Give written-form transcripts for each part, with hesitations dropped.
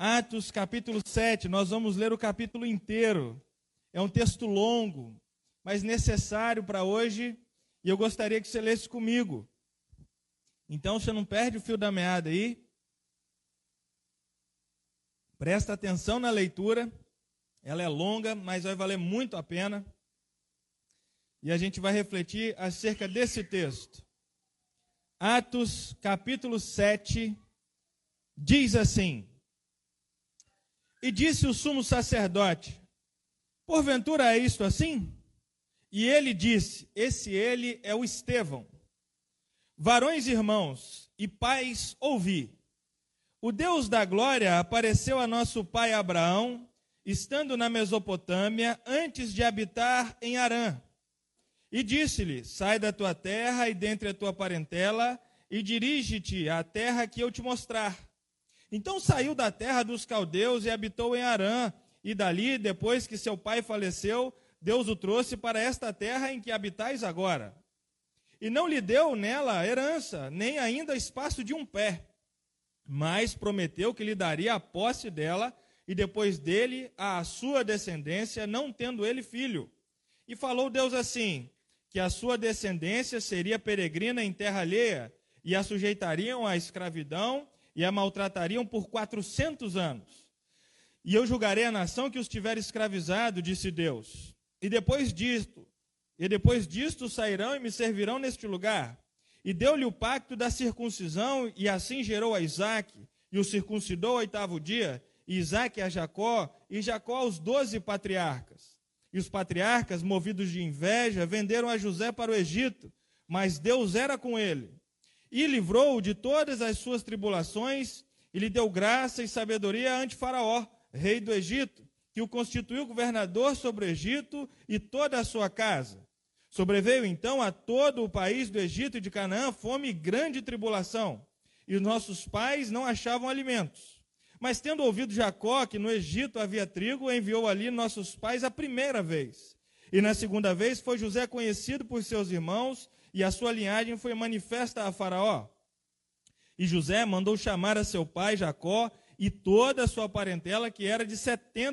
Atos capítulo 7, nós vamos ler o capítulo inteiro. É um texto longo, mas necessário para hoje, e eu gostaria que você lesse comigo. Então, você não perde o fio da meada aí. Presta atenção na leitura, ela é longa, mas vai valer muito a pena. E a gente vai refletir acerca desse texto. Atos capítulo 7, diz assim: E disse o sumo sacerdote: Porventura é isto assim? E ele disse, ele é o Estevão: Varões irmãos e pais, ouvi. O Deus da glória apareceu a nosso pai Abraão, estando na Mesopotâmia, antes de habitar em Harã. E disse-lhe: Sai da tua terra e dentre a tua parentela, e dirige-te à terra que eu te mostrar. Então saiu da terra dos caldeus e habitou em Harã, e dali, depois que seu pai faleceu, Deus o trouxe para esta terra em que habitais agora. E não lhe deu nela herança, nem ainda espaço de um pé, mas prometeu que lhe daria a posse dela, e depois dele a sua descendência, não tendo ele filho. E falou Deus assim, que a sua descendência seria peregrina em terra alheia, e a sujeitariam à escravidão, e a maltratariam por 400 anos. E eu julgarei a nação que os tiver escravizado, disse Deus. E depois disto sairão e me servirão neste lugar. E deu-lhe o pacto da circuncisão, e assim gerou a Isaque, e o circuncidou ao 8º dia, e Isaque a Jacó, e Jacó aos 12 patriarcas. E os patriarcas, movidos de inveja, venderam a José para o Egito, mas Deus era com ele. E livrou-o de todas as suas tribulações, e lhe deu graça e sabedoria ante Faraó, rei do Egito, que o constituiu governador sobre o Egito e toda a sua casa. Sobreveio então a todo o país do Egito e de Canaã fome e grande tribulação, e os nossos pais não achavam alimentos. Mas tendo ouvido Jacó que no Egito havia trigo, enviou ali nossos pais a primeira vez. E na segunda vez foi José conhecido por seus irmãos, e a sua linhagem foi manifesta a Faraó. E José mandou chamar a seu pai Jacó e toda a sua parentela, que era de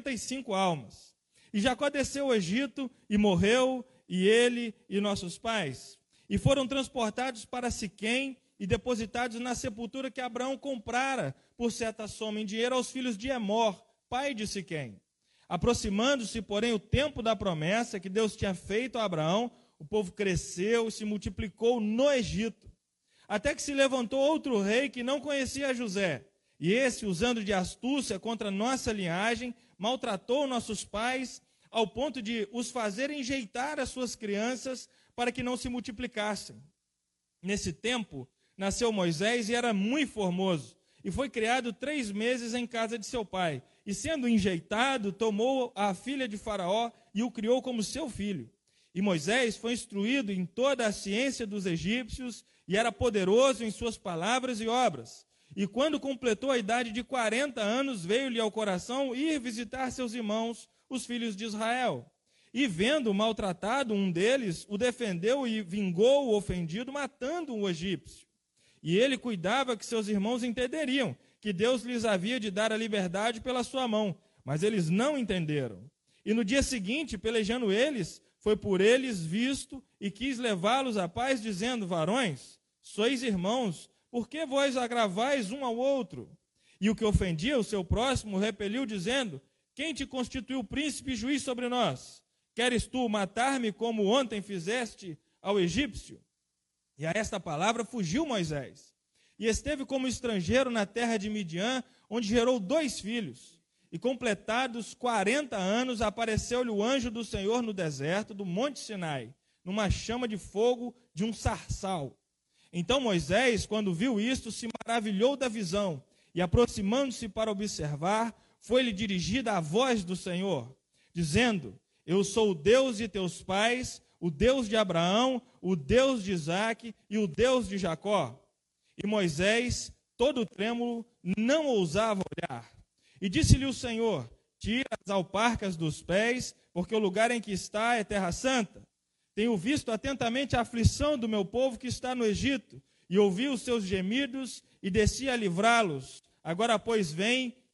75 almas. E Jacó desceu ao Egito e morreu, e ele e nossos pais. E foram transportados para Siquém e depositados na sepultura que Abraão comprara por certa soma em dinheiro aos filhos de Emor, pai de Siquém. Aproximando-se, porém, o tempo da promessa que Deus tinha feito a Abraão, o povo cresceu e se multiplicou no Egito. Até que se levantou outro rei que não conhecia José. E esse, usando de astúcia contra nossa linhagem, maltratou nossos pais, ao ponto de os fazer enjeitar as suas crianças para que não se multiplicassem. Nesse tempo, nasceu Moisés e era muito formoso, e foi criado 3 meses em casa de seu pai. E sendo enjeitado, tomou a filha de Faraó e o criou como seu filho. E Moisés foi instruído em toda a ciência dos egípcios, e era poderoso em suas palavras e obras. E quando completou a idade de 40 anos, veio-lhe ao coração ir visitar seus irmãos, os filhos de Israel. E vendo maltratado um deles, o defendeu e vingou o ofendido, matando o egípcio. E ele cuidava que seus irmãos entenderiam que Deus lhes havia de dar a liberdade pela sua mão, mas eles não entenderam. E no dia seguinte, pelejando eles, foi por eles visto e quis levá-los à paz, dizendo: Varões, sois irmãos, por que vós agravais um ao outro? E o que ofendia o seu próximo repeliu, dizendo: Quem te constituiu príncipe e juiz sobre nós? Queres tu matar-me como ontem fizeste ao egípcio? E a esta palavra fugiu Moisés. E esteve como estrangeiro na terra de Midian, onde gerou 2 filhos. E completados 40 anos, apareceu-lhe o anjo do Senhor no deserto do Monte Sinai, numa chama de fogo de um sarçal. Então Moisés, quando viu isto, se maravilhou da visão, e aproximando-se para observar, foi-lhe dirigida a voz do Senhor, dizendo: Eu sou o Deus de teus pais, o Deus de Abraão, o Deus de Isaque e o Deus de Jacó. E Moisés, todo trêmulo, não ousava olhar. E disse-lhe o Senhor: Tira as alparcas dos pés, porque o lugar em que está é terra santa. Tenho visto atentamente a aflição do meu povo que está no Egito, e ouvi os seus gemidos, e desci a livrá-los. Agora, pois, vem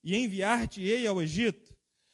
e enviar-te-ei ao Egito?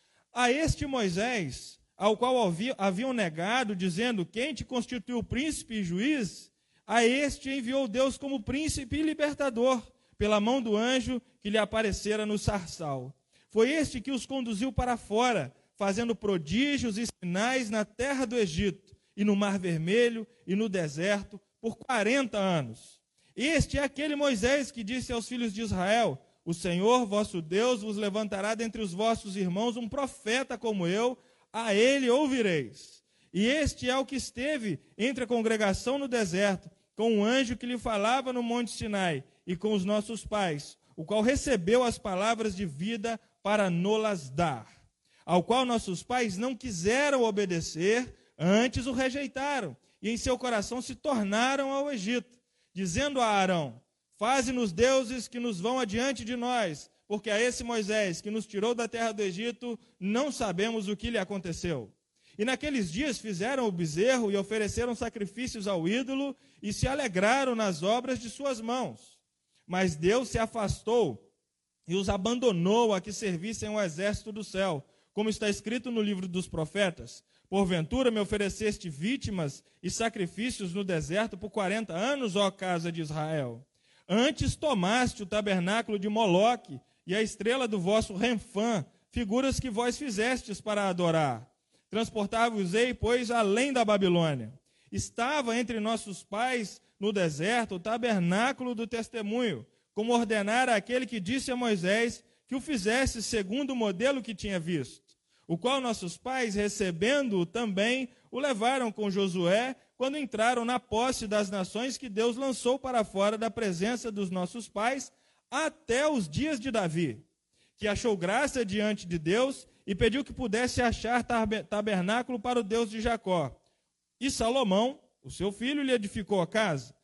A este Moisés, ao qual haviam negado, dizendo, quem te constituiu príncipe e juiz? A este enviou Deus como príncipe e libertador, pela mão do anjo que lhe aparecera no sarçal. Foi este que os conduziu para fora, fazendo prodígios e sinais na terra do Egito, e no Mar Vermelho, e no deserto, por 40 anos. Este é aquele Moisés que disse aos filhos de Israel, o Senhor, vosso Deus, vos levantará dentre os vossos irmãos um profeta como eu, a ele ouvireis. E este é o que esteve entre a congregação no deserto, com o anjo que lhe falava no monte Sinai, e com os nossos pais, o qual recebeu as palavras de vida para nolas dar, ao qual nossos pais não quiseram obedecer, antes o rejeitaram, e em seu coração se tornaram ao Egito, dizendo a Arão, faze-nos deuses que nos vão adiante de nós, porque a esse Moisés que nos tirou da terra do Egito, não sabemos o que lhe aconteceu. E naqueles dias fizeram o bezerro e ofereceram sacrifícios ao ídolo e se alegraram nas obras de suas mãos. Mas Deus se afastou e os abandonou a que servissem o exército do céu, como está escrito no livro dos profetas. Porventura me ofereceste vítimas e sacrifícios no deserto por 40 anos, ó casa de Israel. Antes tomaste o tabernáculo de Moloque e a estrela do vosso Renfã, figuras que vós fizestes para adorar. Transportava-os-ei, pois, além da Babilônia. Estava entre nossos pais no deserto o tabernáculo do testemunho, como ordenara aquele que disse a Moisés que o fizesse segundo o modelo que tinha visto, o qual nossos pais, recebendo-o também, o levaram com Josué, quando entraram na posse das nações que Deus lançou para fora da presença dos nossos pais, até os dias de Davi, que achou graça diante de Deus e pediu que pudesse achar tabernáculo para o Deus de Jacó. E Salomão, o seu filho, lhe edificou a casa.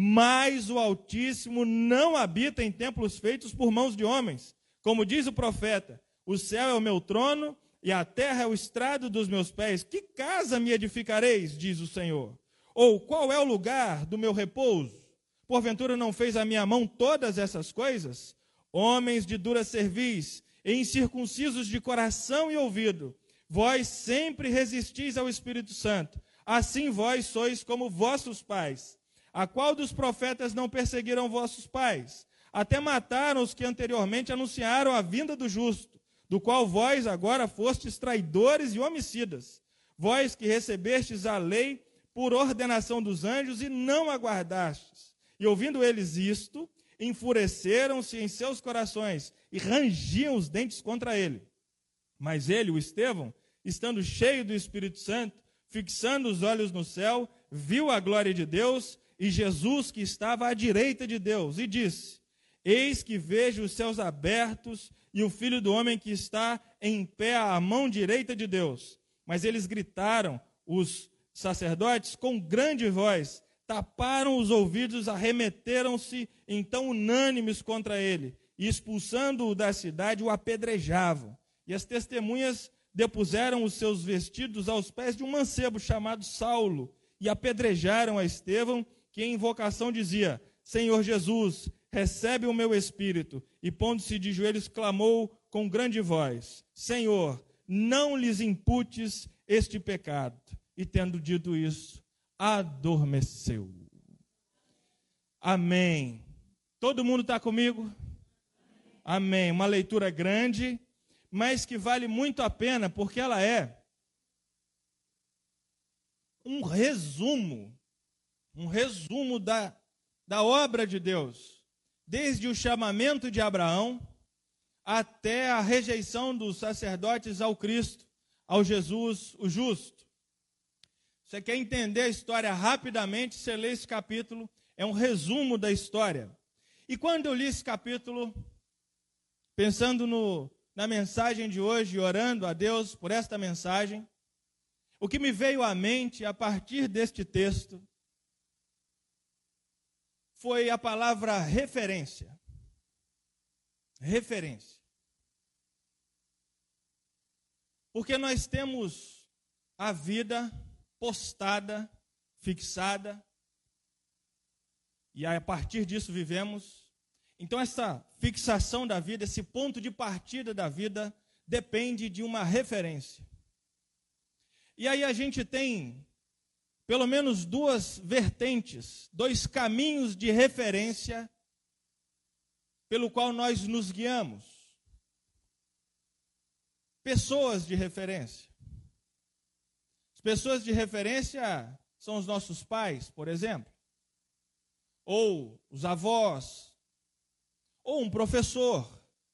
Mas o Altíssimo não habita em templos feitos por mãos de homens. Como diz o profeta, o céu é o meu trono e a terra é o estrado dos meus pés. Que casa me edificareis, diz o Senhor? Ou qual é o lugar do meu repouso? Porventura não fez a minha mão todas essas coisas? Homens de dura cerviz, e incircuncisos de coração e ouvido, vós sempre resistis ao Espírito Santo. Assim vós sois como vossos pais. A qual dos profetas não perseguiram vossos pais? Até mataram os que anteriormente anunciaram a vinda do justo, do qual vós agora fostes traidores e homicidas. Vós que recebestes a lei por ordenação dos anjos e não aguardastes. E ouvindo eles isto, enfureceram-se em seus corações e rangiam os dentes contra ele. Mas ele, o Estevão, estando cheio do Espírito Santo, fixando os olhos no céu, viu a glória de Deus e Jesus que estava à direita de Deus, e disse, eis que vejo os céus abertos e o Filho do Homem que está em pé à mão direita de Deus. Mas eles gritaram, os sacerdotes, com grande voz, taparam os ouvidos, arremeteram-se então unânimes contra ele, e expulsando-o da cidade, o apedrejavam. E as testemunhas depuseram os seus vestidos aos pés de um mancebo chamado Saulo, e apedrejaram a Estevão, que em invocação dizia, Senhor Jesus, recebe o meu espírito. E pondo-se de joelhos, clamou com grande voz, Senhor, não lhes imputes este pecado. E tendo dito isso, adormeceu. Amém. Todo mundo está comigo? Amém. Uma leitura grande, mas que vale muito a pena, porque ela é um resumo da obra de Deus, desde o chamamento de Abraão até a rejeição dos sacerdotes ao Cristo, ao Jesus, o justo. Você quer entender a história rapidamente, você lê esse capítulo, é um resumo da história. E quando eu li esse capítulo, pensando na mensagem de hoje, orando a Deus por esta mensagem, o que me veio à mente a partir deste texto foi a palavra referência. Referência. Porque nós temos a vida postada, fixada, e a partir disso vivemos Então essa fixação da vida, esse ponto de partida da vida, depende de uma referência. E aí a gente tem pelo menos duas vertentes, dois caminhos de referência pelo qual nós nos guiamos. Pessoas de referência. As pessoas de referência são os nossos pais, por exemplo, ou os avós, ou um professor.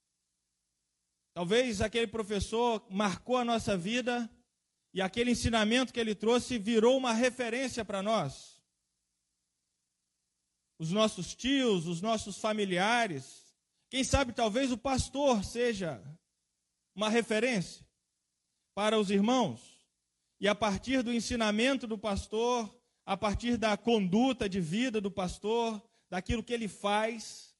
Talvez aquele professor marcou a nossa vida e aquele ensinamento que ele trouxe virou uma referência para nós. Os nossos tios, os nossos familiares, quem sabe talvez o pastor seja uma referência para os irmãos. E a partir do ensinamento do pastor, a partir da conduta de vida do pastor, daquilo que ele faz,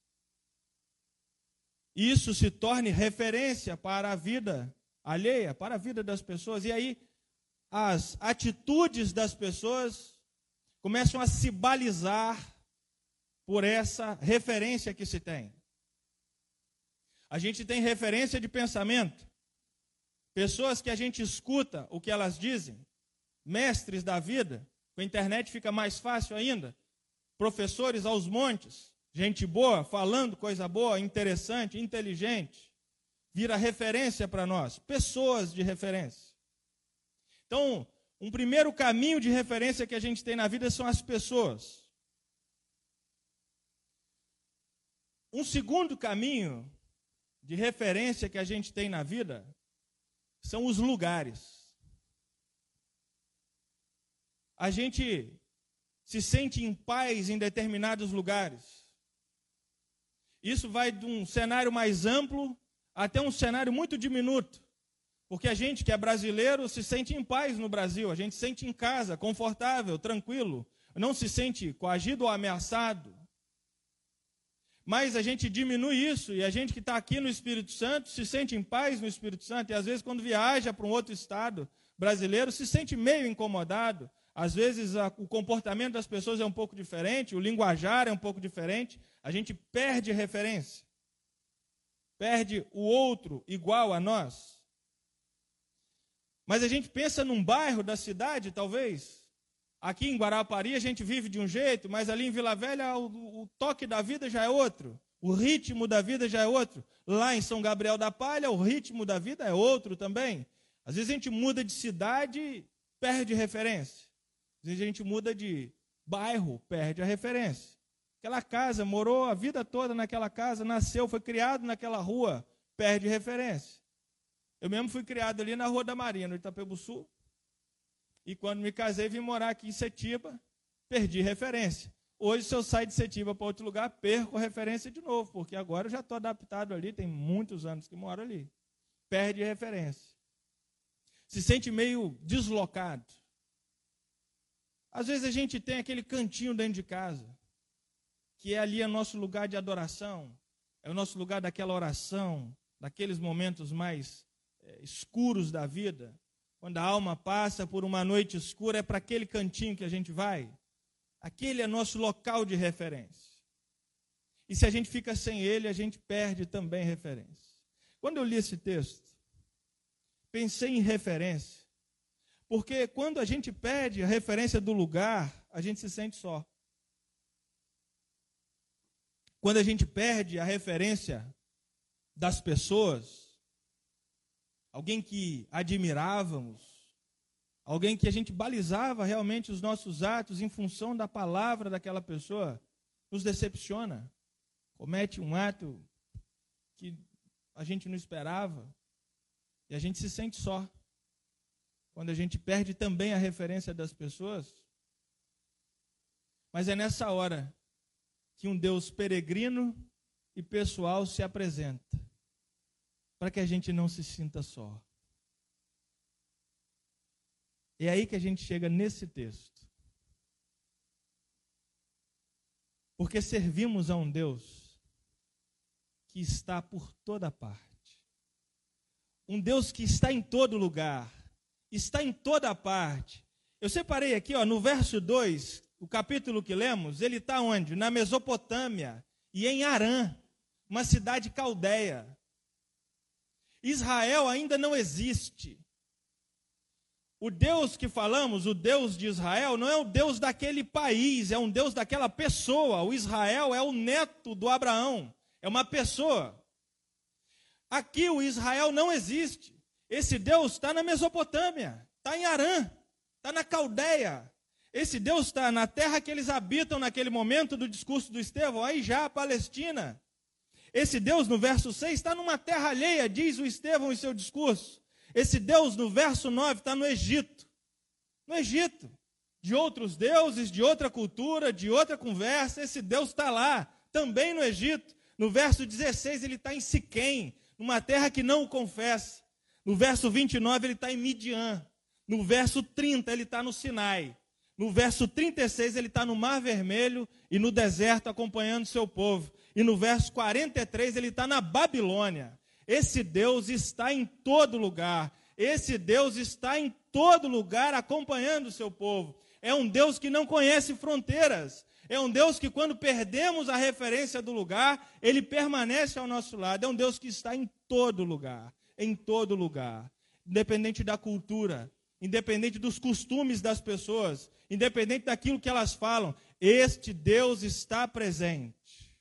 isso se torne referência para a vida alheia, para a vida das pessoas. E aí as atitudes das pessoas começam a se balizar por essa referência que se tem. A gente tem referência de pensamento, pessoas que a gente escuta o que elas dizem, mestres da vida, com a internet fica mais fácil ainda, professores aos montes, gente boa, falando coisa boa, interessante, inteligente, vira referência para nós, pessoas de referência. Então, um primeiro caminho de referência que a gente tem na vida são as pessoas. Um segundo caminho de referência que a gente tem na vida são os lugares. A gente se sente em paz em determinados lugares. Isso vai de um cenário mais amplo até um cenário muito diminuto. Porque a gente que é brasileiro se sente em paz no Brasil, a gente se sente em casa, confortável, tranquilo, não se sente coagido ou ameaçado. Mas a gente diminui isso e a gente que está aqui no Espírito Santo se sente em paz no Espírito Santo e às vezes quando viaja para um outro estado brasileiro se sente meio incomodado. Às vezes o comportamento das pessoas é um pouco diferente, o linguajar é um pouco diferente, a gente perde referência, perde o outro igual a nós. Mas a gente pensa num bairro da cidade, talvez. Aqui em Guarapari a gente vive de um jeito, mas ali em Vila Velha o toque da vida já é outro. O ritmo da vida já é outro. Lá em São Gabriel da Palha o ritmo da vida é outro também. Às vezes a gente muda de cidade e perde referência. Às vezes a gente muda de bairro, perde a referência. Aquela casa, morou a vida toda naquela casa, nasceu, foi criado naquela rua, perde referência. Eu mesmo fui criado ali na Rua da Marinha, no Itapebuçu. E quando me casei, vim morar aqui em Setiba, perdi referência. Hoje, se eu sair de Setiba para outro lugar, perco referência de novo, porque agora eu já estou adaptado ali, tem muitos anos que moro ali. Perde referência. Se sente meio deslocado. Às vezes a gente tem aquele cantinho dentro de casa, que é ali o nosso lugar de adoração, é o nosso lugar daquela oração, daqueles momentos mais escuros da vida. Quando a alma passa por uma noite escura, é para aquele cantinho que a gente vai. Aquele é nosso local de referência. E se a gente fica sem ele, a gente perde também referência. Quando eu li esse texto, pensei em referência. Porque quando a gente perde a referência do lugar, a gente se sente só. Quando a gente perde a referência das pessoas, alguém que admirávamos, alguém que a gente balizava realmente os nossos atos em função da palavra daquela pessoa, nos decepciona, comete um ato que a gente não esperava e a gente se sente só. Quando a gente perde também a referência das pessoas. Mas é nessa hora que um Deus peregrino e pessoal se apresenta, para que a gente não se sinta só. É aí que a gente chega nesse texto. Porque servimos a um Deus que está por toda parte. Um Deus que está em todo lugar, está em toda parte. Eu separei aqui, no verso 2, o capítulo que lemos, ele está onde? Na Mesopotâmia e em Harã. uma cidade caldeia. Israel ainda não existe. O Deus que falamos, o Deus de Israel, não é o Deus daquele país, é um Deus daquela pessoa. O Israel é o neto do Abraão, é uma pessoa. Aqui o Israel não existe. Esse Deus está na Mesopotâmia, está em Harã, está na Caldeia. Esse Deus está na terra que eles habitam naquele momento do discurso do Estevão, aí já a Palestina. Esse Deus, no verso 6, está numa terra alheia, diz o Estevão em seu discurso. Esse Deus, no verso 9, está no Egito. No Egito. De outros deuses, de outra cultura, de outra conversa, esse Deus está lá, também no Egito. No verso 16, ele está em Siquém, numa terra que não o confessa. No verso 29, ele está em Midian. No verso 30, ele está no Sinai. No verso 36, ele está no Mar Vermelho e no deserto acompanhando seu povo. E no verso 43, ele está na Babilônia. Esse Deus está em todo lugar. Esse Deus está em todo lugar acompanhando o seu povo. É um Deus que não conhece fronteiras. É um Deus que, quando perdemos a referência do lugar, ele permanece ao nosso lado. É um Deus que está em todo lugar. Em todo lugar. Independente da cultura, independente dos costumes das pessoas, independente daquilo que elas falam, este Deus está presente.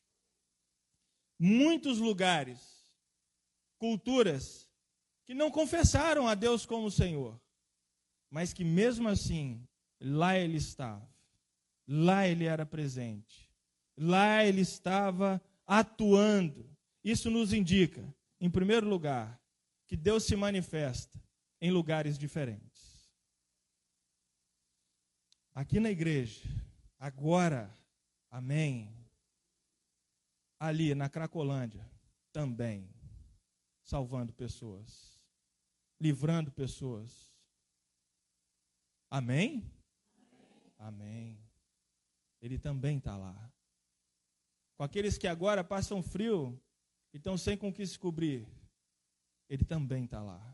Muitos lugares, culturas, que não confessaram a Deus como Senhor, mas que mesmo assim, lá ele estava, lá ele era presente, lá ele estava atuando. Isso nos indica, em primeiro lugar, que Deus se manifesta em lugares diferentes. Aqui na igreja, agora, amém. Ali na Cracolândia, também, salvando pessoas, livrando pessoas. Amém? Amém. Ele também está lá. Com aqueles que agora passam frio e estão sem com o que se cobrir, ele também está lá.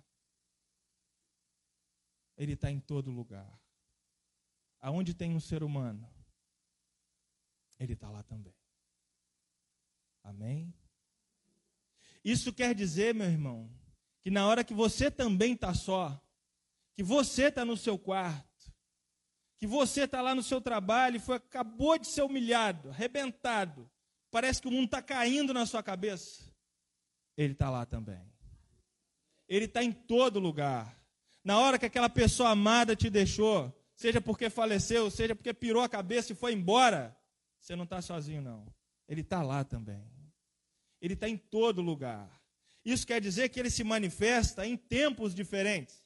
Ele está em todo lugar. Aonde tem um ser humano, ele está lá também. Amém? Isso quer dizer, meu irmão, que na hora que você também está só, que você está no seu quarto, que você está lá no seu trabalho e acabou de ser humilhado, arrebentado, parece que o mundo está caindo na sua cabeça, ele está lá também. Ele está em todo lugar. Na hora que aquela pessoa amada te deixou, seja porque faleceu, seja porque pirou a cabeça e foi embora, você não está sozinho não. Ele está lá também. Ele está em todo lugar. Isso quer dizer que ele se manifesta em tempos diferentes.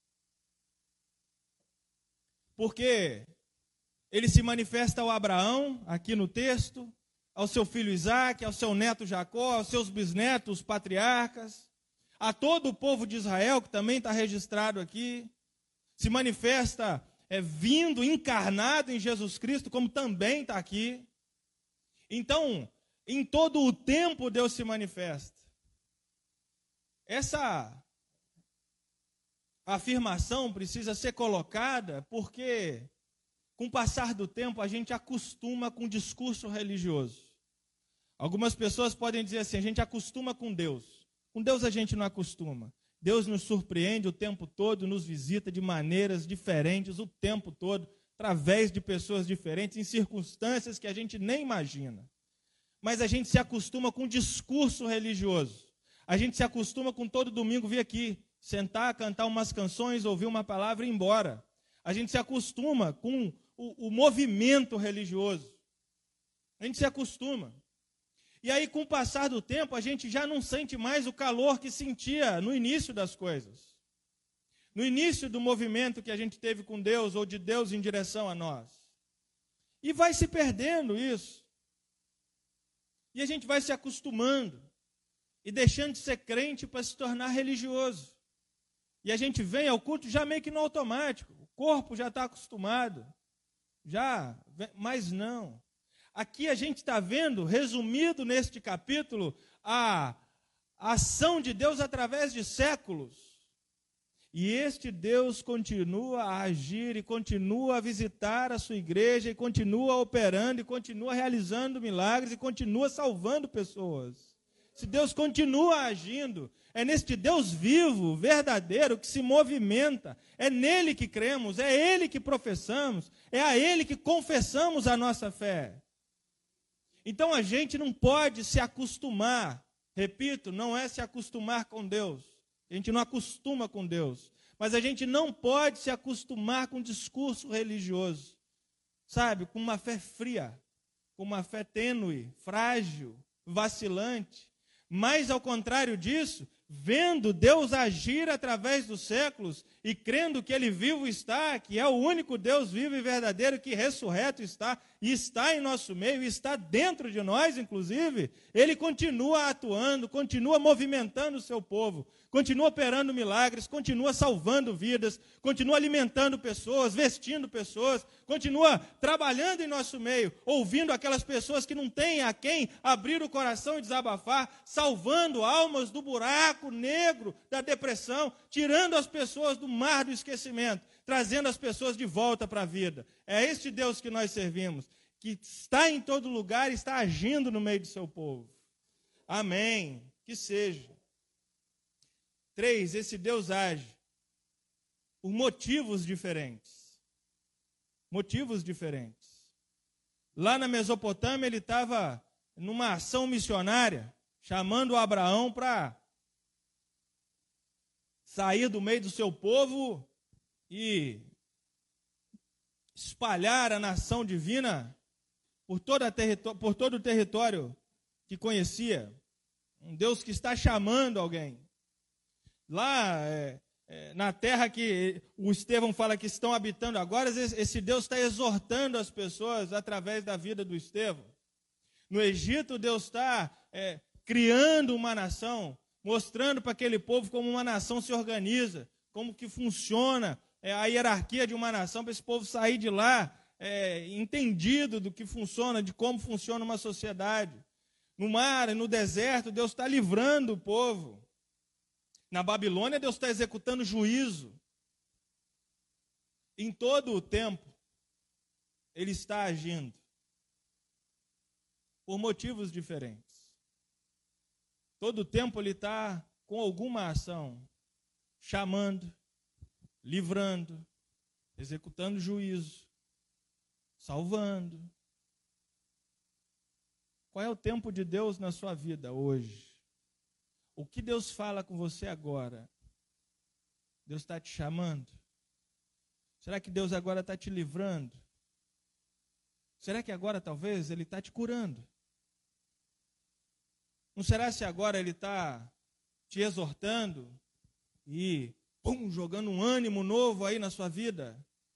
Porque ele se manifesta ao Abraão, aqui no texto, ao seu filho Isaque, ao seu neto Jacó, aos seus bisnetos, os patriarcas, a todo o povo de Israel, que também está registrado aqui. Se manifesta vindo, encarnado em Jesus Cristo, como também está aqui. Então, em todo o tempo Deus se manifesta. Essa afirmação precisa ser colocada porque, com o passar do tempo, a gente acostuma com o discurso religioso. Algumas pessoas podem dizer assim, a gente acostuma com Deus. Com Deus a gente não acostuma. Deus nos surpreende o tempo todo, nos visita de maneiras diferentes o tempo todo, através de pessoas diferentes, em circunstâncias que a gente nem imagina. Mas a gente se acostuma com o discurso religioso. A gente se acostuma com todo domingo vir aqui, sentar, cantar umas canções, ouvir uma palavra e ir embora. A gente se acostuma com o movimento religioso. A gente se acostuma. E aí, com o passar do tempo, a gente já não sente mais o calor que sentia no início das coisas. No início do movimento que a gente teve com Deus, ou de Deus em direção a nós. E vai se perdendo isso. E a gente vai se acostumando. E deixando de ser crente para se tornar religioso. E a gente vem ao culto já meio que no automático. O corpo já está acostumado. Mas não. Aqui a gente está vendo, resumido neste capítulo, a ação de Deus através de séculos. E este Deus continua a agir e continua a visitar a sua igreja e continua operando e continua realizando milagres e continua salvando pessoas. Esse Deus continua agindo. É neste Deus vivo, verdadeiro, que se movimenta. É nele que cremos, é ele que professamos, é a ele que confessamos a nossa fé. Então a gente não pode se acostumar, repito, não é se acostumar com Deus. A gente não acostuma com Deus. Mas a gente não pode se acostumar com discurso religioso. Sabe, com uma fé fria, com uma fé tênue, frágil, vacilante. Mas, ao contrário disso, vendo Deus agir através dos séculos e crendo que Ele vivo está, que é o único Deus vivo e verdadeiro que ressurreto está, e está em nosso meio, e está dentro de nós, inclusive, Ele continua atuando, continua movimentando o seu povo, continua operando milagres, continua salvando vidas, continua alimentando pessoas, vestindo pessoas, continua trabalhando em nosso meio, ouvindo aquelas pessoas que não têm a quem abrir o coração e desabafar, salvando almas do buraco negro da depressão, tirando as pessoas do mar do esquecimento, trazendo as pessoas de volta para a vida. É este Deus que nós servimos, que está em todo lugar e está agindo no meio do seu povo. Amém. Que seja. 3, esse Deus age por motivos diferentes. Motivos diferentes. Lá na Mesopotâmia, ele estava numa ação missionária, chamando Abraão para sair do meio do seu povo e espalhar a nação divina por todo o território que conhecia. Um Deus que está chamando alguém. Lá na terra que o Estevão fala que estão habitando agora, esse Deus está exortando as pessoas através da vida do Estevão. No Egito, Deus está criando uma nação, mostrando para aquele povo como uma nação se organiza, como que funciona a hierarquia de uma nação, para esse povo sair de lá entendido do que funciona, de como funciona uma sociedade. No mar e no deserto, Deus está livrando o povo. Na Babilônia, Deus está executando juízo. Em todo o tempo, Ele está agindo. Por motivos diferentes. Todo o tempo Ele está com alguma ação. Chamando, livrando, executando juízo, salvando. Qual é o tempo de Deus na sua vida hoje? O que Deus fala com você agora? Deus está te chamando? Será que Deus agora está te livrando? Será que agora talvez Ele está te curando? Não será se agora Ele está te exortando e jogando um ânimo novo aí na sua vida?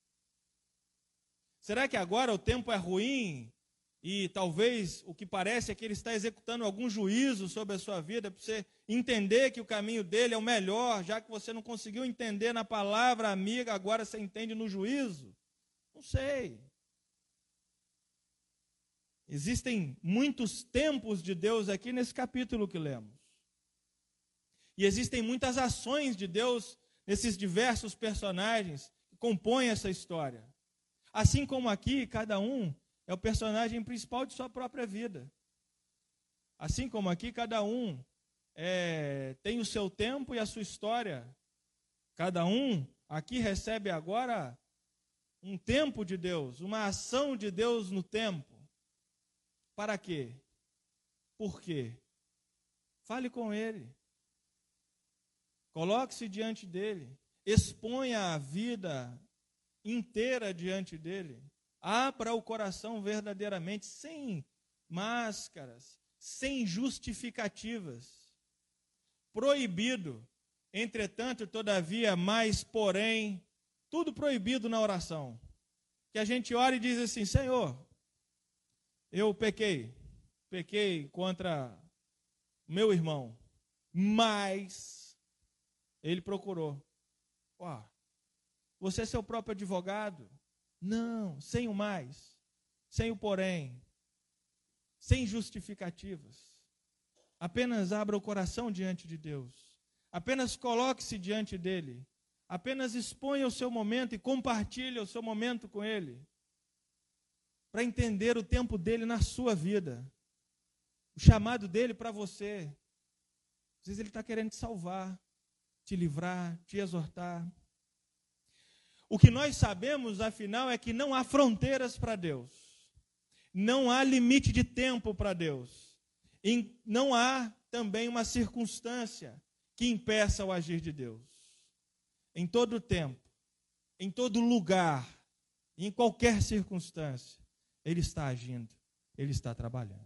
Será que agora o tempo é ruim e talvez o que parece é que Ele está executando algum juízo sobre a sua vida, para você entender que o caminho dele é o melhor, já que você não conseguiu entender na palavra amiga, agora você entende no juízo? Não sei. Existem muitos tempos de Deus aqui nesse capítulo que lemos. E existem muitas ações de Deus nesses diversos personagens que compõem essa história. Assim como aqui, cada um é o personagem principal de sua própria vida. Assim como aqui, cada um tem o seu tempo e a sua história. Cada um aqui recebe agora um tempo de Deus, uma ação de Deus no tempo. Para quê? Por quê? Fale com Ele. Coloque-se diante dEle. Exponha a vida inteira diante dEle. Abra o coração verdadeiramente, sem máscaras, sem justificativas. Proibido, entretanto, todavia, mas, porém, tudo proibido na oração. Que a gente ora e diz assim: Senhor, eu pequei contra meu irmão, mas ele procurou. Você é seu próprio advogado? Não, sem o mais, sem o porém, sem justificativas. Apenas abra o coração diante de Deus. Apenas coloque-se diante dEle. Apenas exponha o seu momento e compartilhe o seu momento com Ele. Para entender o tempo dEle na sua vida. O chamado dEle para você. Às vezes Ele está querendo te salvar, te livrar, te exortar. O que nós sabemos, afinal, é que não há fronteiras para Deus. Não há limite de tempo para Deus. E não há também uma circunstância que impeça o agir de Deus. Em todo tempo, em todo lugar, em qualquer circunstância, Ele está agindo, Ele está trabalhando.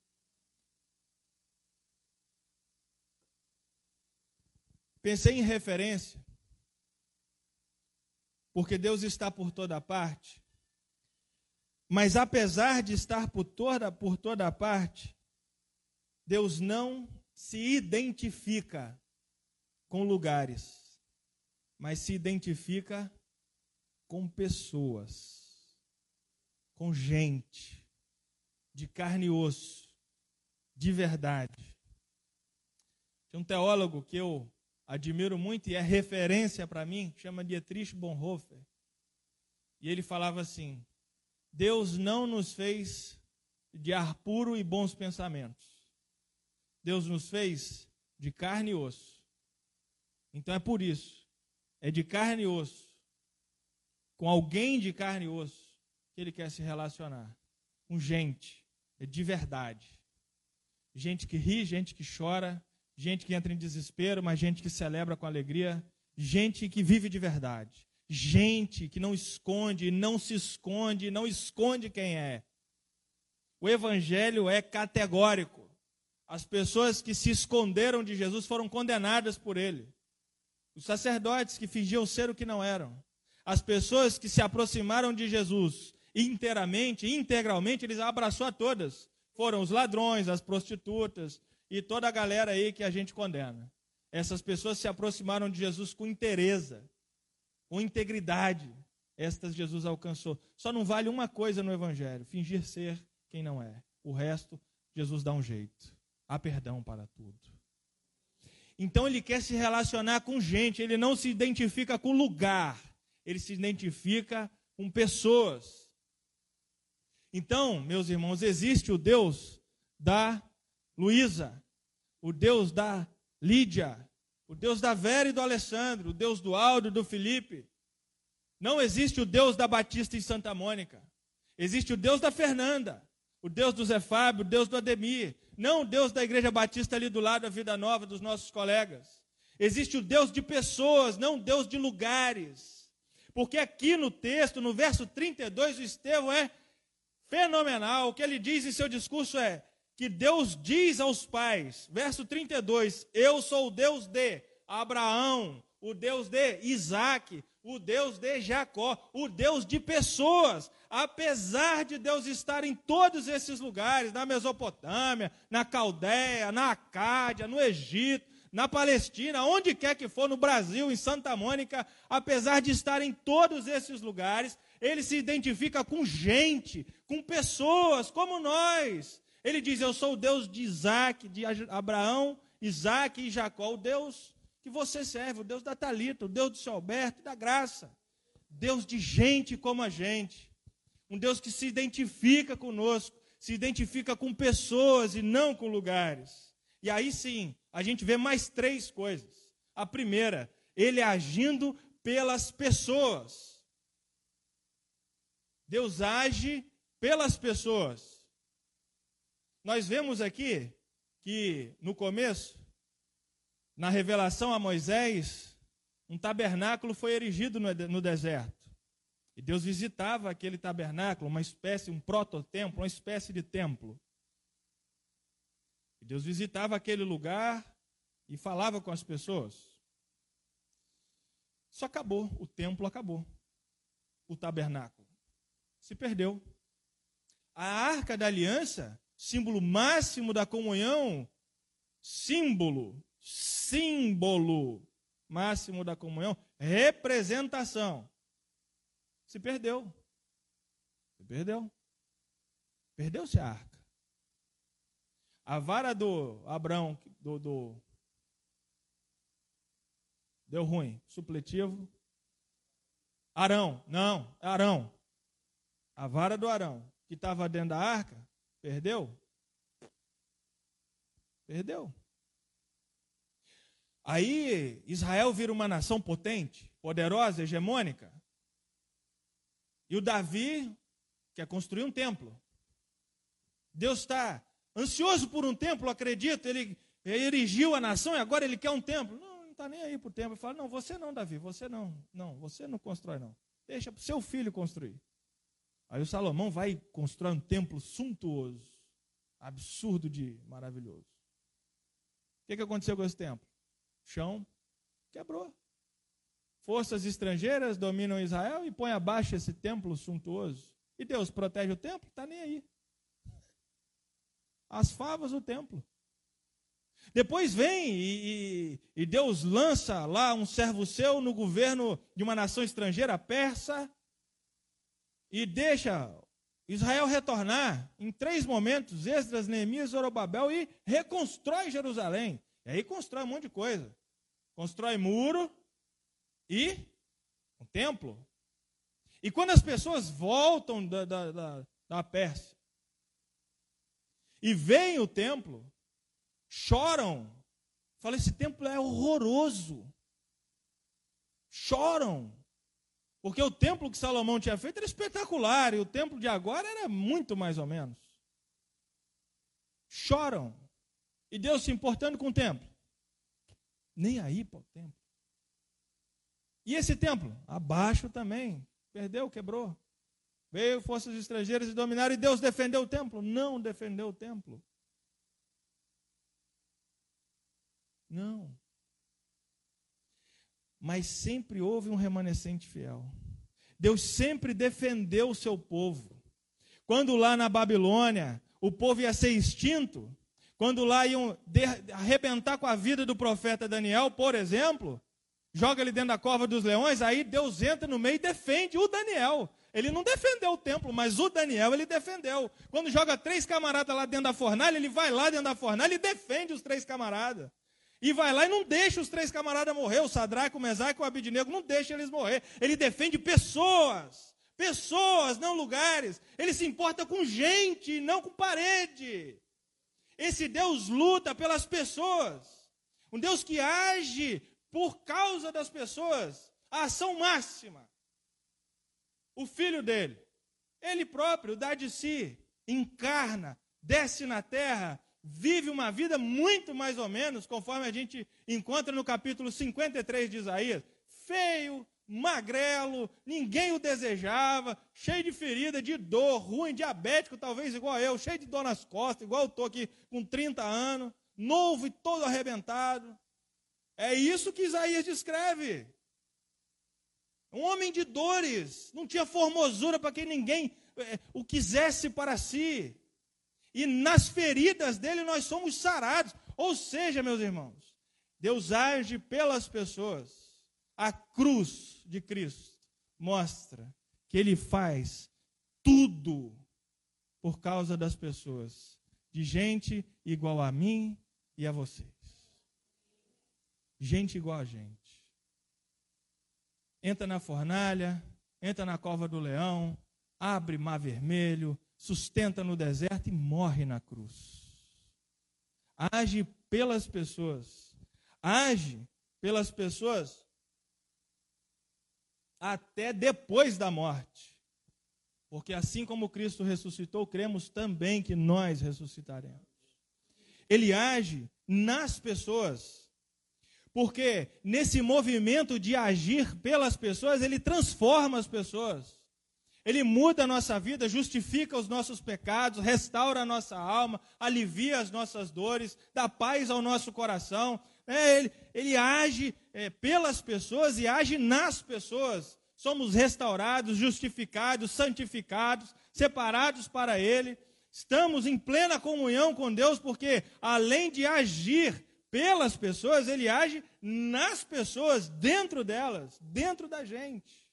Pensei em referência, porque Deus está por toda parte, mas apesar de estar por toda parte, Deus não se identifica com lugares, mas se identifica com pessoas, com gente, de carne e osso, de verdade. Tem um teólogo que eu admiro muito e é referência para mim, chama Dietrich Bonhoeffer. E ele falava assim: Deus não nos fez de ar puro e bons pensamentos. Deus nos fez de carne e osso. Então é por isso, é de carne e osso, com alguém de carne e osso, que Ele quer se relacionar. Com gente, de verdade. Gente que ri, gente que chora, gente que entra em desespero, mas gente que celebra com alegria, gente que vive de verdade, gente que não esconde, não se esconde, não esconde quem é. O Evangelho é categórico. As pessoas que se esconderam de Jesus foram condenadas por Ele. Os sacerdotes que fingiam ser o que não eram. As pessoas que se aproximaram de Jesus integralmente, Ele abraçou a todas. Foram os ladrões, as prostitutas, e toda a galera aí que a gente condena. Essas pessoas se aproximaram de Jesus com inteireza, com integridade. Estas Jesus alcançou. Só não vale uma coisa no Evangelho: fingir ser quem não é. O resto, Jesus dá um jeito. Há perdão para tudo. Então Ele quer se relacionar com gente. Ele não se identifica com lugar. Ele se identifica com pessoas. Então, meus irmãos, existe o Deus da Luísa, o Deus da Lídia, o Deus da Vera e do Alessandro, o Deus do Aldo e do Felipe. Não existe o Deus da Batista em Santa Mônica. Existe o Deus da Fernanda, o Deus do Zé Fábio, o Deus do Ademir. Não o Deus da Igreja Batista ali do lado da Vida Nova, dos nossos colegas. Existe o Deus de pessoas, não o Deus de lugares. Porque aqui no texto, no verso 32, o Estevão é fenomenal. O que ele diz em seu discurso é que Deus diz aos pais, verso 32, eu sou o Deus de Abraão, o Deus de Isaac, o Deus de Jacó, o Deus de pessoas. Apesar de Deus estar em todos esses lugares, na Mesopotâmia, na Caldeia, na Acádia, no Egito, na Palestina, onde quer que for, no Brasil, em Santa Mônica, apesar de estar em todos esses lugares, Ele se identifica com gente, com pessoas como nós. Ele diz, eu sou o Deus de Isaac, de Abraão, Isaac e Jacó, o Deus que você serve, o Deus da Talita, o Deus do seu Alberto e da graça. Deus de gente como a gente. Um Deus que se identifica conosco, se identifica com pessoas e não com lugares. E aí sim, a gente vê mais três coisas. A primeira, Ele agindo pelas pessoas. Deus age pelas pessoas. Nós vemos aqui que no começo, na revelação a Moisés, um tabernáculo foi erigido no deserto. E Deus visitava aquele tabernáculo, uma espécie, um prototemplo, uma espécie de templo. E Deus visitava aquele lugar e falava com as pessoas. Só acabou, o templo acabou. O tabernáculo se perdeu. A arca da aliança, símbolo máximo da comunhão, símbolo máximo da comunhão, representação, se perdeu. Se perdeu. Perdeu-se a arca. A vara do Abrão, deu ruim, supletivo. Arão, não, Arão. A vara do Arão, que estava dentro da arca, perdeu. Perdeu. Aí Israel vira uma nação potente, poderosa, hegemônica. E o Davi quer construir um templo. Deus está ansioso por um templo, acredito. Ele erigiu a nação e agora ele quer um templo. Não está nem aí para o templo. Ele fala, não, você não, Davi, você não. Não, você não constrói não. Deixa para o seu filho construir. Aí o Salomão vai construir um templo suntuoso, absurdo de maravilhoso. O que aconteceu com esse templo? O chão quebrou. Forças estrangeiras dominam Israel e põem abaixo esse templo suntuoso. E Deus protege o templo? Está nem aí. As favas do templo. Depois vem e Deus lança lá um servo seu no governo de uma nação estrangeira, persa, e deixa Israel retornar em 3 momentos, Esdras, Neemias, Zorobabel, e reconstrói Jerusalém. E aí constrói um monte de coisa. Constrói muro e um templo. E quando as pessoas voltam da Pérsia e veem o templo, choram. Falam, esse templo é horroroso. Choram. Porque o templo que Salomão tinha feito era espetacular, e o templo de agora era muito mais ou menos. Choram. E Deus se importando com o templo. Nem aí para o templo. E esse templo? Abaixo também. Perdeu, quebrou. Veio forças estrangeiras e dominaram, e Deus defendeu o templo? Não defendeu o templo. Não. Mas sempre houve um remanescente fiel. Deus sempre defendeu o seu povo. Quando lá na Babilônia o povo ia ser extinto, quando lá iam arrebentar com a vida do profeta Daniel, por exemplo, joga ele dentro da cova dos leões, aí Deus entra no meio e defende o Daniel. Ele não defendeu o templo, mas o Daniel ele defendeu. Quando joga 3 camaradas lá dentro da fornalha, ele vai lá dentro da fornalha e defende os 3 camaradas. E vai lá e não deixa os 3 camaradas morrer, o Sadraque, o Mesaque e o Abidnego, não deixa eles morrer. Ele defende pessoas, não lugares. Ele se importa com gente, não com parede. Esse Deus luta pelas pessoas. Um Deus que age por causa das pessoas. A ação máxima. O filho dele, ele próprio dá de si, encarna, desce na terra, vive uma vida muito mais ou menos, conforme a gente encontra no capítulo 53 de Isaías, feio, magrelo, ninguém o desejava, cheio de ferida, de dor, ruim, diabético, talvez igual eu, cheio de dor nas costas, igual eu estou aqui com 30 anos, novo e todo arrebentado. É isso que Isaías descreve. Um homem de dores, não tinha formosura para que ninguém o quisesse para si. E nas feridas dele nós somos sarados. Ou seja, meus irmãos, Deus age pelas pessoas. A cruz de Cristo mostra que Ele faz tudo por causa das pessoas. De gente igual a mim e a vocês. Gente igual a gente. Entra na fornalha, entra na cova do leão, abre mar vermelho, sustenta no deserto e morre na cruz. Age pelas pessoas. Age pelas pessoas até depois da morte. Porque assim como Cristo ressuscitou, cremos também que nós ressuscitaremos. Ele age nas pessoas. Porque nesse movimento de agir pelas pessoas, ele transforma as pessoas. Ele muda a nossa vida, justifica os nossos pecados, restaura a nossa alma, alivia as nossas dores, dá paz ao nosso coração. Ele age pelas pessoas e age nas pessoas. Somos restaurados, justificados, santificados, separados para Ele. Estamos em plena comunhão com Deus, porque além de agir pelas pessoas, Ele age nas pessoas, dentro delas, dentro da gente.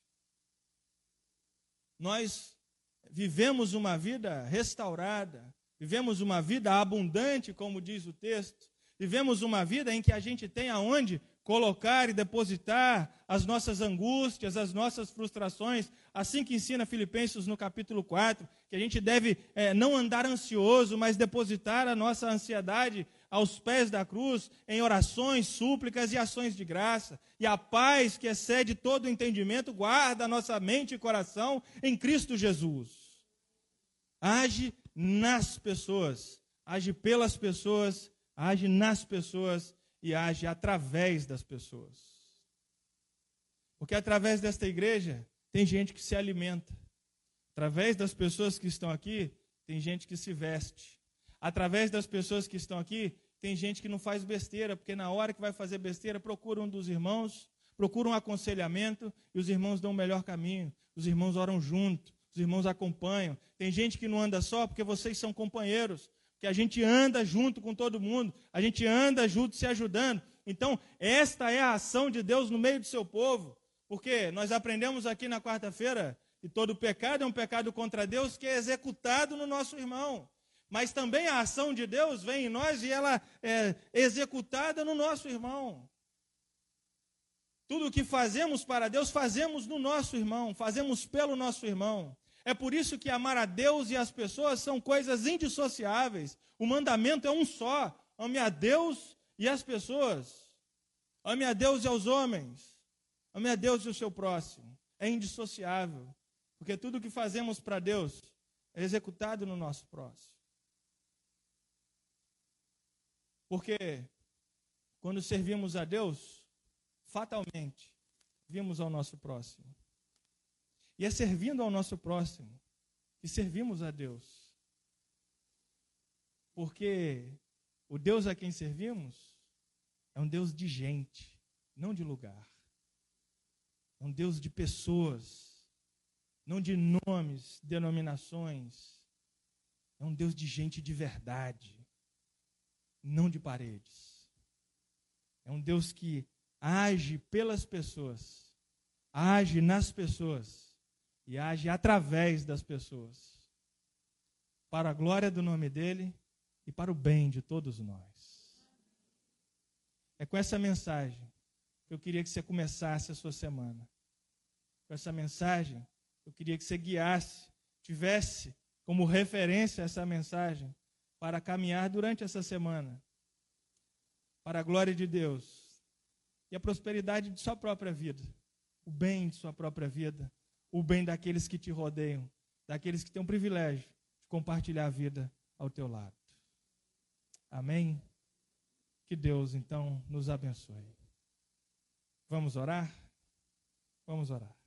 Nós vivemos uma vida restaurada, vivemos uma vida abundante, como diz o texto, vivemos uma vida em que a gente tem aonde colocar e depositar as nossas angústias, as nossas frustrações, assim que ensina Filipenses no capítulo 4, que a gente deve não andar ansioso, mas depositar a nossa ansiedade aos pés da cruz, em orações, súplicas e ações de graça. E a paz que excede todo o entendimento guarda a nossa mente e coração em Cristo Jesus. Age nas pessoas, age pelas pessoas, age nas pessoas e age através das pessoas. Porque através desta igreja tem gente que se alimenta. Através das pessoas que estão aqui, tem gente que se veste. Através das pessoas que estão aqui, tem gente que não faz besteira, porque na hora que vai fazer besteira, procura um dos irmãos, procura um aconselhamento e os irmãos dão o melhor caminho. Os irmãos oram junto, os irmãos acompanham. Tem gente que não anda só porque vocês são companheiros, porque a gente anda junto com todo mundo, a gente anda junto se ajudando. Então, esta é a ação de Deus no meio do seu povo. Porque nós aprendemos aqui na quarta-feira que todo pecado é um pecado contra Deus que é executado no nosso irmão. Mas também a ação de Deus vem em nós e ela é executada no nosso irmão. Tudo o que fazemos para Deus, fazemos no nosso irmão, fazemos pelo nosso irmão. É por isso que amar a Deus e as pessoas são coisas indissociáveis. O mandamento é um só: ame a Deus e as pessoas. Ame a Deus e aos homens. Ame a Deus e o seu próximo. É indissociável. Porque tudo o que fazemos para Deus é executado no nosso próximo. Porque quando servimos a Deus, fatalmente, servimos ao nosso próximo. E é servindo ao nosso próximo que servimos a Deus. Porque o Deus a quem servimos é um Deus de gente, não de lugar. É um Deus de pessoas, não de nomes, denominações. É um Deus de gente de verdade, não de paredes. É um Deus que age pelas pessoas, age nas pessoas e age através das pessoas, para a glória do nome dele e para o bem de todos nós. É com essa mensagem eu queria que você começasse a sua semana. Com essa mensagem, eu queria que você guiasse, tivesse como referência essa mensagem para caminhar durante essa semana, para a glória de Deus e a prosperidade de sua própria vida, o bem de sua própria vida, o bem daqueles que te rodeiam, daqueles que têm o privilégio de compartilhar a vida ao teu lado. Amém? Que Deus, então, nos abençoe. Vamos orar? Vamos orar.